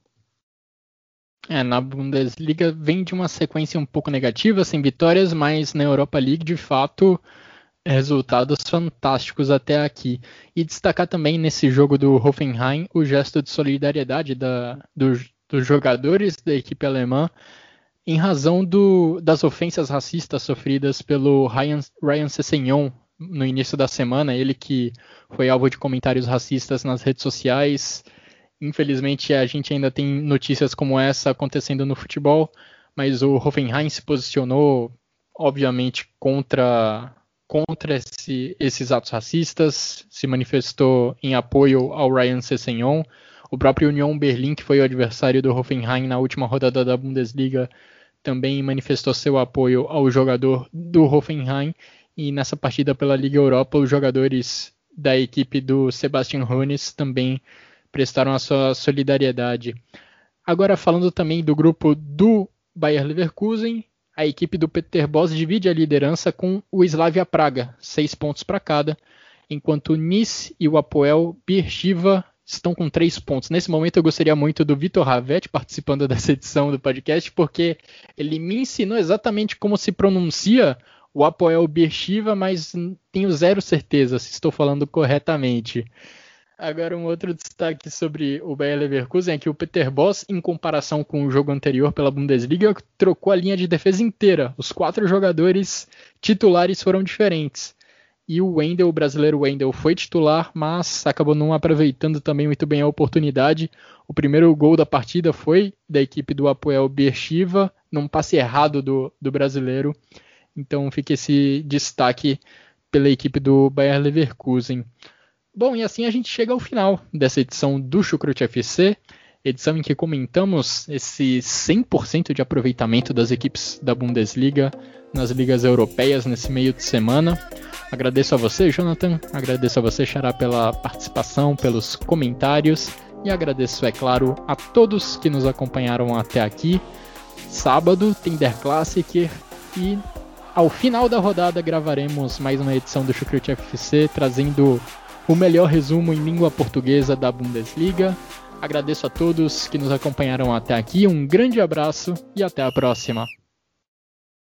É, na Bundesliga vem de uma sequência um pouco negativa, sem vitórias, mas na Europa League, de fato, resultados fantásticos até aqui. E destacar também nesse jogo do Hoffenheim o gesto de solidariedade da, do, dos jogadores da equipe alemã em razão do, das ofensas racistas sofridas pelo Ryan, Ryan Sessegnon no início da semana, ele que foi alvo de comentários racistas nas redes sociais. Infelizmente a gente ainda tem notícias como essa acontecendo no futebol, mas o Hoffenheim se posicionou obviamente contra, contra esse, esses atos racistas, se manifestou em apoio ao Ryan Sessegnon. O próprio Union Berlin, que foi o adversário do Hoffenheim na última rodada da Bundesliga, também manifestou seu apoio ao jogador do Hoffenheim. E nessa partida pela Liga Europa, os jogadores da equipe do Sebastian Hoeneß também prestaram a sua solidariedade. Agora, falando também do grupo do Bayer Leverkusen, a equipe do Peter Bosz divide a liderança com o Slavia Praga, seis pontos para cada, enquanto o Nice e o Apoel Beersheva estão com três pontos. Nesse momento eu gostaria muito do Vitor Ravetti participando dessa edição do podcast, porque ele me ensinou exatamente como se pronuncia o Apoel Beersheva, mas tenho zero certeza se estou falando corretamente. Agora, um outro destaque sobre o Bayer Leverkusen é que o Peter Bosz, em comparação com o jogo anterior pela Bundesliga, trocou a linha de defesa inteira. Os quatro jogadores titulares foram diferentes. E o Wendel, o brasileiro Wendel, foi titular, mas acabou não aproveitando também muito bem a oportunidade. O primeiro gol da partida foi da equipe do Apoel Beersheva, num passe errado do, do brasileiro. Então fica esse destaque pela equipe do Bayer Leverkusen. Bom, e assim a gente chega ao final dessa edição do Chucrute F C, edição em que comentamos esse cem por cento de aproveitamento das equipes da Bundesliga nas ligas europeias nesse meio de semana. Agradeço a você, Jonathan, agradeço a você, Xará, pela participação, pelos comentários, e agradeço, é claro, a todos que nos acompanharam até aqui. Sábado tem Der Klassiker e ao final da rodada gravaremos mais uma edição do Chucrute F C, trazendo o melhor resumo em língua portuguesa da Bundesliga. Agradeço a todos que nos acompanharam até aqui, um grande abraço e até a próxima.